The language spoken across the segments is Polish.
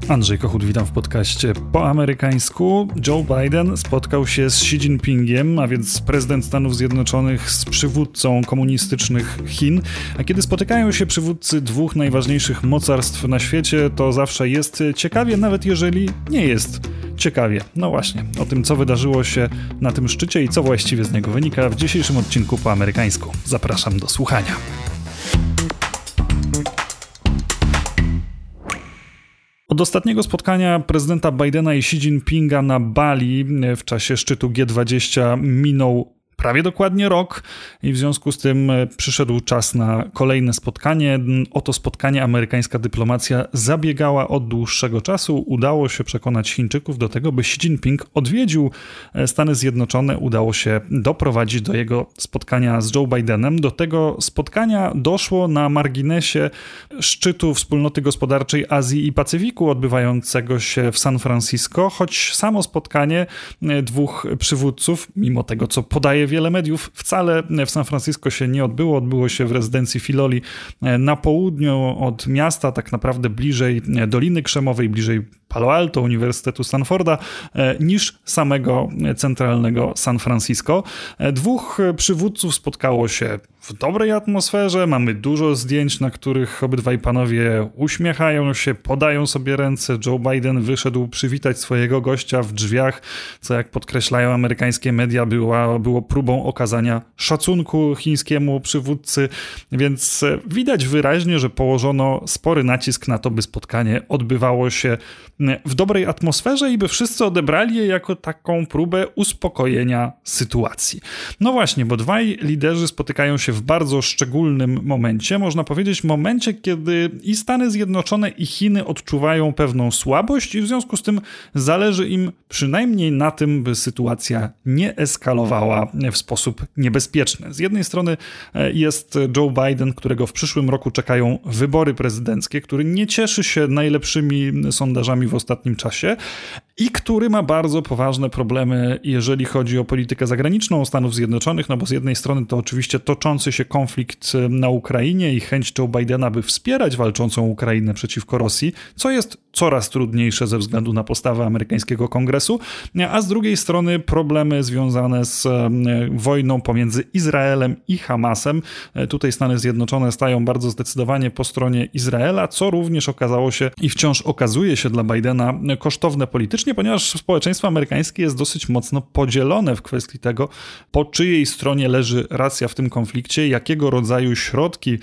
Andrzej Kochut, witam w podcaście po amerykańsku. Joe Biden spotkał się z Xi Jinpingiem, a więc prezydent Stanów Zjednoczonych z przywódcą komunistycznych Chin. A kiedy spotykają się przywódcy dwóch najważniejszych mocarstw na świecie, to zawsze jest ciekawie, nawet jeżeli nie jest ciekawie. No właśnie, o tym, co wydarzyło się na tym szczycie i co właściwie z niego wynika, w dzisiejszym odcinku po amerykańsku. Zapraszam do słuchania. Od ostatniego spotkania prezydenta Bidena i Xi Jinpinga na Bali w czasie szczytu G20 minął prawie dokładnie rok i w związku z tym przyszedł czas na kolejne spotkanie. O to spotkanie amerykańska dyplomacja zabiegała od dłuższego czasu. Udało się przekonać Chińczyków do tego, by Xi Jinping odwiedził Stany Zjednoczone. Udało się doprowadzić do jego spotkania z Joe Bidenem. Do tego spotkania doszło na marginesie szczytu Wspólnoty Gospodarczej Azji i Pacyfiku odbywającego się w San Francisco, choć samo spotkanie dwóch przywódców, mimo tego co podaje wiele mediów, wcale w San Francisco się nie odbyło. Odbyło się w rezydencji Filoli na południu od miasta, tak naprawdę bliżej Doliny Krzemowej, bliżej Palo Alto, Uniwersytetu Stanforda, niż samego centralnego San Francisco. Dwóch przywódców spotkało się w dobrej atmosferze. Mamy dużo zdjęć, na których obydwaj panowie uśmiechają się, podają sobie ręce. Joe Biden wyszedł przywitać swojego gościa w drzwiach, co jak podkreślają amerykańskie media było próbą okazania szacunku chińskiemu przywódcy, więc widać wyraźnie, że położono spory nacisk na to, by spotkanie odbywało się w dobrej atmosferze i by wszyscy odebrali je jako taką próbę uspokojenia sytuacji. No właśnie, bo dwaj liderzy spotykają się w bardzo szczególnym momencie, można powiedzieć momencie, kiedy i Stany Zjednoczone i Chiny odczuwają pewną słabość i w związku z tym zależy im przynajmniej na tym, by sytuacja nie eskalowała w sposób niebezpieczny. Z jednej strony jest Joe Biden, którego w przyszłym roku czekają wybory prezydenckie, który nie cieszy się najlepszymi sondażami w ostatnim czasie i który ma bardzo poważne problemy, jeżeli chodzi o politykę zagraniczną Stanów Zjednoczonych, no bo z jednej strony to oczywiście toczący się konflikt na Ukrainie i chęć Joe Bidena, by wspierać walczącą Ukrainę przeciwko Rosji, co jest coraz trudniejsze ze względu na postawę amerykańskiego Kongresu, a z drugiej strony problemy związane z wojną pomiędzy Izraelem i Hamasem. Tutaj Stany Zjednoczone stają bardzo zdecydowanie po stronie Izraela, co również okazało się i wciąż okazuje się dla Bidena kosztowne politycznie, ponieważ społeczeństwo amerykańskie jest dosyć mocno podzielone w kwestii tego, po czyjej stronie leży racja w tym konflikcie, jakiego rodzaju środki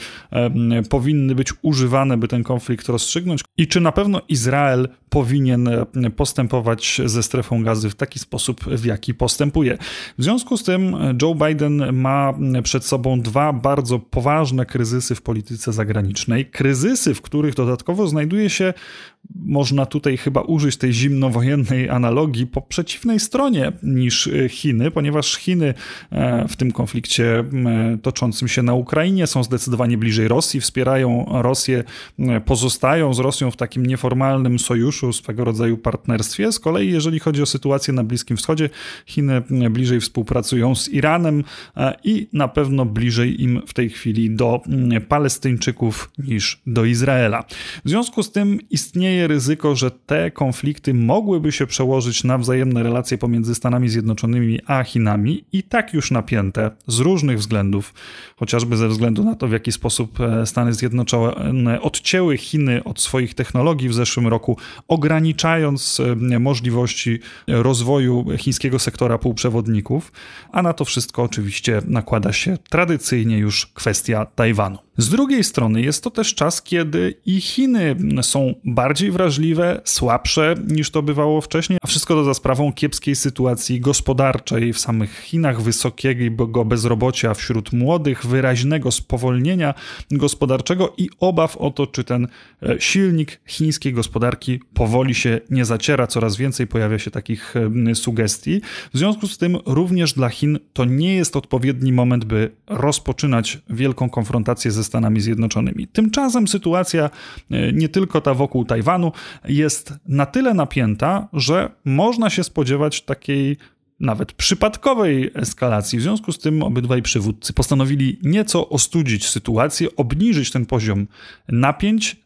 powinny być używane, by ten konflikt rozstrzygnąć i czy na pewno Izrael powinien postępować ze strefą gazy w taki sposób, w jaki postępuje. W związku z tym Joe Biden ma przed sobą dwa bardzo poważne kryzysy w polityce zagranicznej. Kryzysy, w których dodatkowo znajduje się, można tutaj chyba użyć tej zimnowojennej analogii, po przeciwnej stronie niż Chiny, ponieważ Chiny w tym konflikcie toczącym się na Ukrainie są zdecydowanie bliżej Rosji, wspierają Rosję, pozostają z Rosją w takim nieformalnym sojuszu, swego rodzaju partnerstwie. Z kolei jeżeli chodzi o sytuację na Bliskim Wschodzie, Chiny bliżej współpracują z Iranem i na pewno bliżej im w tej chwili do Palestyńczyków niż do Izraela. W związku z tym istnieje ryzyko, że te konflikty mogłyby się przełożyć na wzajemne relacje pomiędzy Stanami Zjednoczonymi a Chinami i tak już napięte z różnych względów, chociażby ze względu na to, w jaki sposób Stany Zjednoczone odcięły Chiny od swoich technologii w zeszłym roku, ograniczając możliwości rozwoju chińskiego sektora półprzewodników, a na to wszystko oczywiście nakłada się tradycyjnie już kwestia Tajwanu. Z drugiej strony jest to też czas, kiedy i Chiny są bardziej wrażliwe, słabsze niż to bywało wcześniej, a wszystko to za sprawą kiepskiej sytuacji gospodarczej w samych Chinach, wysokiego bezrobocia wśród młodych, wyraźnego spowolnienia gospodarczego i obaw o to, czy ten silnik chińskiej gospodarki powoli się nie zaciera. Coraz więcej pojawia się takich sugestii. W związku z tym również dla Chin to nie jest odpowiedni moment, by rozpoczynać wielką konfrontację ze Stanami Zjednoczonymi. Tymczasem sytuacja, nie tylko ta wokół Tajwanu, jest na tyle napięta, że można się spodziewać takiej nawet przypadkowej eskalacji. W związku z tym obydwaj przywódcy postanowili nieco ostudzić sytuację, obniżyć ten poziom napięć,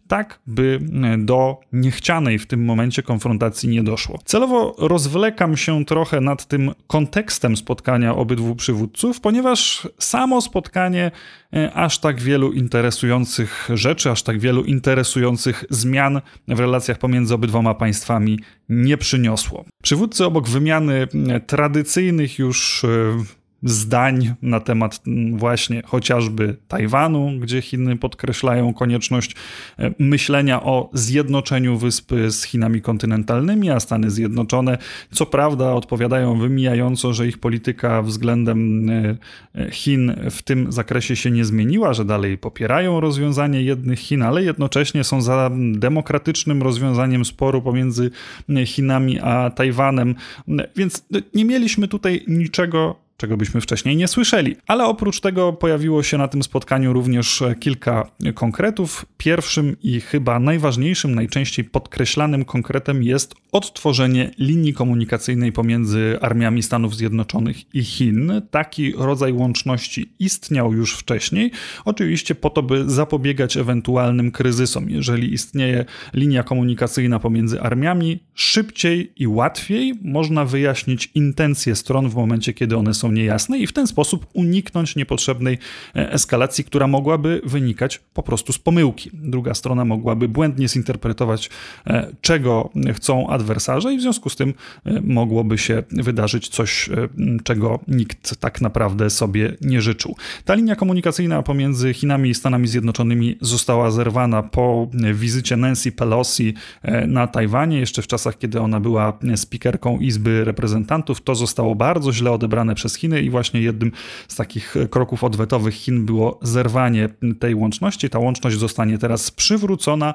tak by do niechcianej w tym momencie konfrontacji nie doszło. Celowo rozwlekam się trochę nad tym kontekstem spotkania obydwu przywódców, ponieważ samo spotkanie aż tak wielu interesujących rzeczy, aż tak wielu interesujących zmian w relacjach pomiędzy obydwoma państwami nie przyniosło. Przywódcy obok wymiany tradycyjnych już zdań na temat właśnie chociażby Tajwanu, gdzie Chiny podkreślają konieczność myślenia o zjednoczeniu wyspy z Chinami kontynentalnymi, a Stany Zjednoczone co prawda odpowiadają wymijająco, że ich polityka względem Chin w tym zakresie się nie zmieniła, że dalej popierają rozwiązanie jednych Chin, ale jednocześnie są za demokratycznym rozwiązaniem sporu pomiędzy Chinami a Tajwanem, więc nie mieliśmy tutaj niczego, czego byśmy wcześniej nie słyszeli. Ale oprócz tego pojawiło się na tym spotkaniu również kilka konkretów. Pierwszym i chyba najważniejszym, najczęściej podkreślanym konkretem jest odtworzenie linii komunikacyjnej pomiędzy armiami Stanów Zjednoczonych i Chin. Taki rodzaj łączności istniał już wcześniej, oczywiście po to, by zapobiegać ewentualnym kryzysom. Jeżeli istnieje linia komunikacyjna pomiędzy armiami, szybciej i łatwiej można wyjaśnić intencje stron w momencie, kiedy one są niejasne i w ten sposób uniknąć niepotrzebnej eskalacji, która mogłaby wynikać po prostu z pomyłki. Druga strona mogłaby błędnie zinterpretować, czego chcą adwersarze i w związku z tym mogłoby się wydarzyć coś, czego nikt tak naprawdę sobie nie życzył. Ta linia komunikacyjna pomiędzy Chinami i Stanami Zjednoczonymi została zerwana po wizycie Nancy Pelosi na Tajwanie, jeszcze w czasach, kiedy ona była speakerką Izby Reprezentantów. To zostało bardzo źle odebrane przez Chiny i właśnie jednym z takich kroków odwetowych Chin było zerwanie tej łączności. Ta łączność zostanie teraz przywrócona,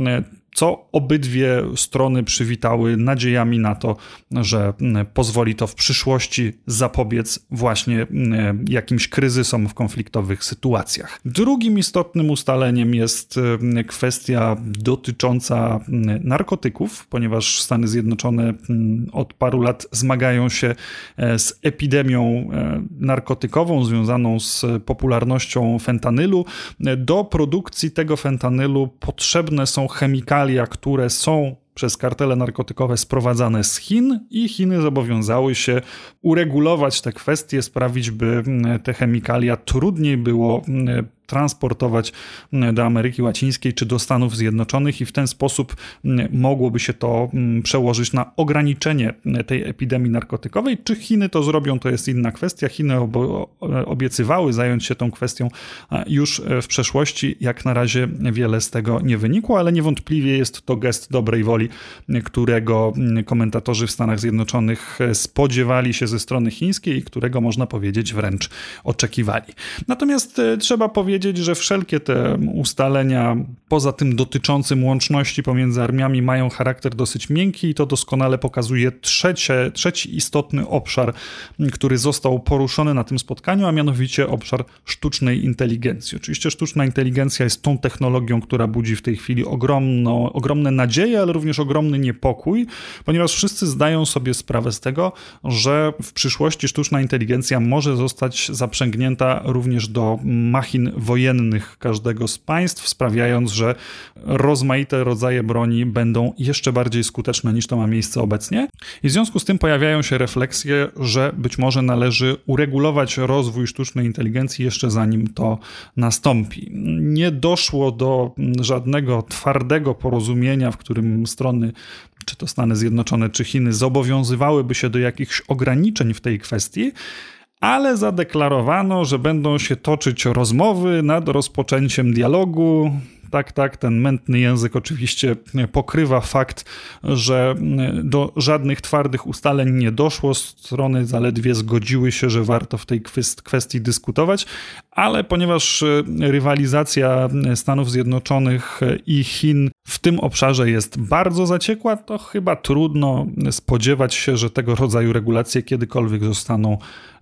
co obydwie strony przywitały nadziejami na to, że pozwoli to w przyszłości zapobiec właśnie jakimś kryzysom w konfliktowych sytuacjach. Drugim istotnym ustaleniem jest kwestia dotycząca narkotyków, ponieważ Stany Zjednoczone od paru lat zmagają się z epidemią narkotykową związaną z popularnością fentanylu. Do produkcji tego fentanylu potrzebne są chemikalia, które są przez kartele narkotykowe sprowadzane z Chin i Chiny zobowiązały się uregulować te kwestie, sprawić, by te chemikalia trudniej było transportować do Ameryki Łacińskiej czy do Stanów Zjednoczonych i w ten sposób mogłoby się to przełożyć na ograniczenie tej epidemii narkotykowej. Czy Chiny to zrobią, to jest inna kwestia. Chiny obiecywały zająć się tą kwestią już w przeszłości. Jak na razie wiele z tego nie wynikło, ale niewątpliwie jest to gest dobrej woli, którego komentatorzy w Stanach Zjednoczonych spodziewali się ze strony chińskiej i którego można powiedzieć wręcz oczekiwali. Natomiast trzeba powiedzieć, że wszelkie te ustalenia, poza tym dotyczącym łączności pomiędzy armiami, mają charakter dosyć miękki i to doskonale pokazuje trzeci istotny obszar, który został poruszony na tym spotkaniu, a mianowicie obszar sztucznej inteligencji. Oczywiście sztuczna inteligencja jest tą technologią, która budzi w tej chwili ogromne nadzieje, ale również ogromny niepokój, ponieważ wszyscy zdają sobie sprawę z tego, że w przyszłości sztuczna inteligencja może zostać zaprzęgnięta również do machin wojennych każdego z państw, sprawiając, że rozmaite rodzaje broni będą jeszcze bardziej skuteczne niż to ma miejsce obecnie. I w związku z tym pojawiają się refleksje, że być może należy uregulować rozwój sztucznej inteligencji jeszcze zanim to nastąpi. Nie doszło do żadnego twardego porozumienia, w którym strony, czy to Stany Zjednoczone, czy Chiny, zobowiązywałyby się do jakichś ograniczeń w tej kwestii, ale zadeklarowano, że będą się toczyć rozmowy nad rozpoczęciem dialogu. Tak, ten mętny język oczywiście pokrywa fakt, że do żadnych twardych ustaleń nie doszło. Strony zaledwie zgodziły się, że warto w tej kwestii dyskutować, ale ponieważ rywalizacja Stanów Zjednoczonych i Chin w tym obszarze jest bardzo zaciekła, to chyba trudno spodziewać się, że tego rodzaju regulacje kiedykolwiek zostaną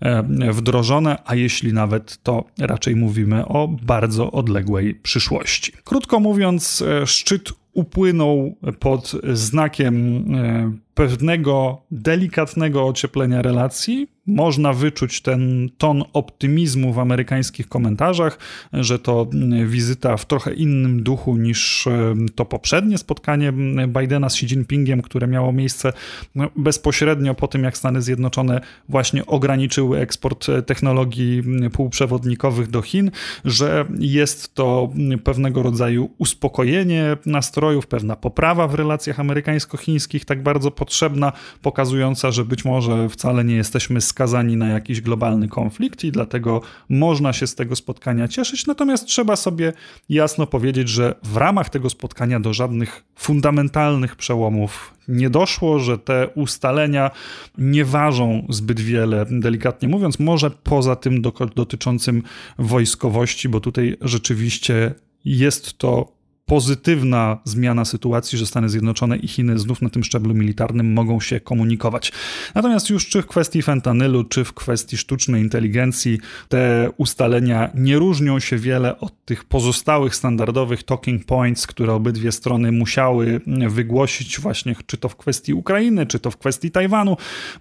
wdrożone, a jeśli nawet, to raczej mówimy o bardzo odległej przyszłości. Krótko mówiąc, szczyt upłynął pod znakiem pewnego delikatnego ocieplenia relacji. Można wyczuć ten ton optymizmu w amerykańskich komentarzach, że to wizyta w trochę innym duchu niż to poprzednie spotkanie Bidena z Xi Jinpingiem, które miało miejsce bezpośrednio po tym, jak Stany Zjednoczone właśnie ograniczyły eksport technologii półprzewodnikowych do Chin, że jest to pewnego rodzaju uspokojenie nastrojów, pewna poprawa w relacjach amerykańsko-chińskich, tak bardzo potrzebna, pokazująca, że być może wcale nie jesteśmy skazani na jakiś globalny konflikt i dlatego można się z tego spotkania cieszyć. Natomiast trzeba sobie jasno powiedzieć, że w ramach tego spotkania do żadnych fundamentalnych przełomów nie doszło, że te ustalenia nie ważą zbyt wiele, delikatnie mówiąc, może poza tym dotyczącym wojskowości, bo tutaj rzeczywiście jest to pozytywna zmiana sytuacji, że Stany Zjednoczone i Chiny znów na tym szczeblu militarnym mogą się komunikować. Natomiast już czy w kwestii fentanylu, czy w kwestii sztucznej inteligencji, te ustalenia nie różnią się wiele od tych pozostałych standardowych talking points, które obydwie strony musiały wygłosić właśnie, czy to w kwestii Ukrainy, czy to w kwestii Tajwanu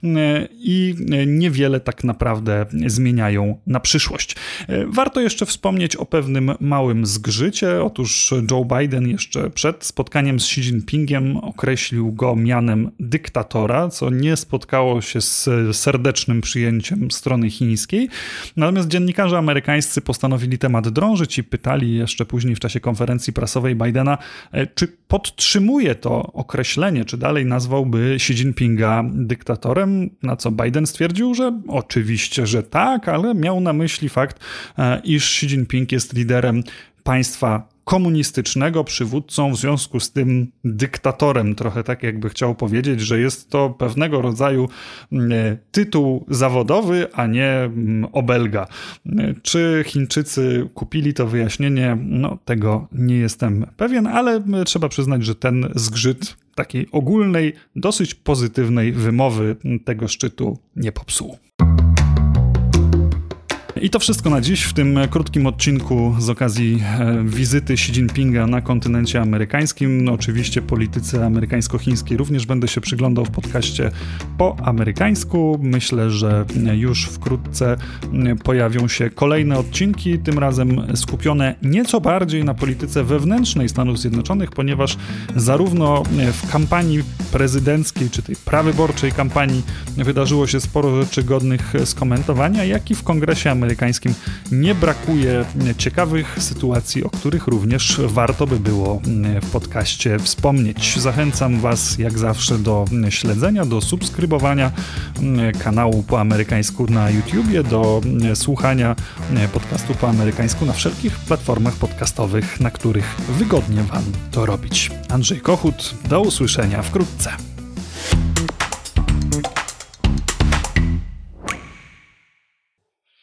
i niewiele tak naprawdę zmieniają na przyszłość. Warto jeszcze wspomnieć o pewnym małym zgrzycie. Otóż Joe Biden jeszcze przed spotkaniem z Xi Jinpingiem określił go mianem dyktatora, co nie spotkało się z serdecznym przyjęciem strony chińskiej. Natomiast dziennikarze amerykańscy postanowili temat drążyć i pytali jeszcze później w czasie konferencji prasowej Bidena, czy podtrzymuje to określenie, czy dalej nazwałby Xi Jinpinga dyktatorem, na co Biden stwierdził, że oczywiście, że tak, ale miał na myśli fakt, iż Xi Jinping jest liderem państwa komunistycznego, przywódcą, w związku z tym dyktatorem, trochę tak jakby chciał powiedzieć, że jest to pewnego rodzaju tytuł zawodowy, a nie obelga. Czy Chińczycy kupili to wyjaśnienie? No, tego nie jestem pewien, ale trzeba przyznać, że ten zgrzyt takiej ogólnej, dosyć pozytywnej wymowy tego szczytu nie popsuł. I to wszystko na dziś w tym krótkim odcinku z okazji wizyty Xi Jinpinga na kontynencie amerykańskim. No, oczywiście polityce amerykańsko-chińskiej również będę się przyglądał w podcaście po amerykańsku. Myślę, że już wkrótce pojawią się kolejne odcinki, tym razem skupione nieco bardziej na polityce wewnętrznej Stanów Zjednoczonych, ponieważ zarówno w kampanii prezydenckiej, czy tej prawyborczej kampanii wydarzyło się sporo rzeczy godnych skomentowania, jak i w Kongresie amerykańskim nie brakuje ciekawych sytuacji, o których również warto by było w podcaście wspomnieć. Zachęcam Was jak zawsze do śledzenia, do subskrybowania kanału Po Amerykańsku na YouTubie, do słuchania podcastu Po Amerykańsku na wszelkich platformach podcastowych, na których wygodnie Wam to robić. Andrzej Kochut, do usłyszenia wkrótce.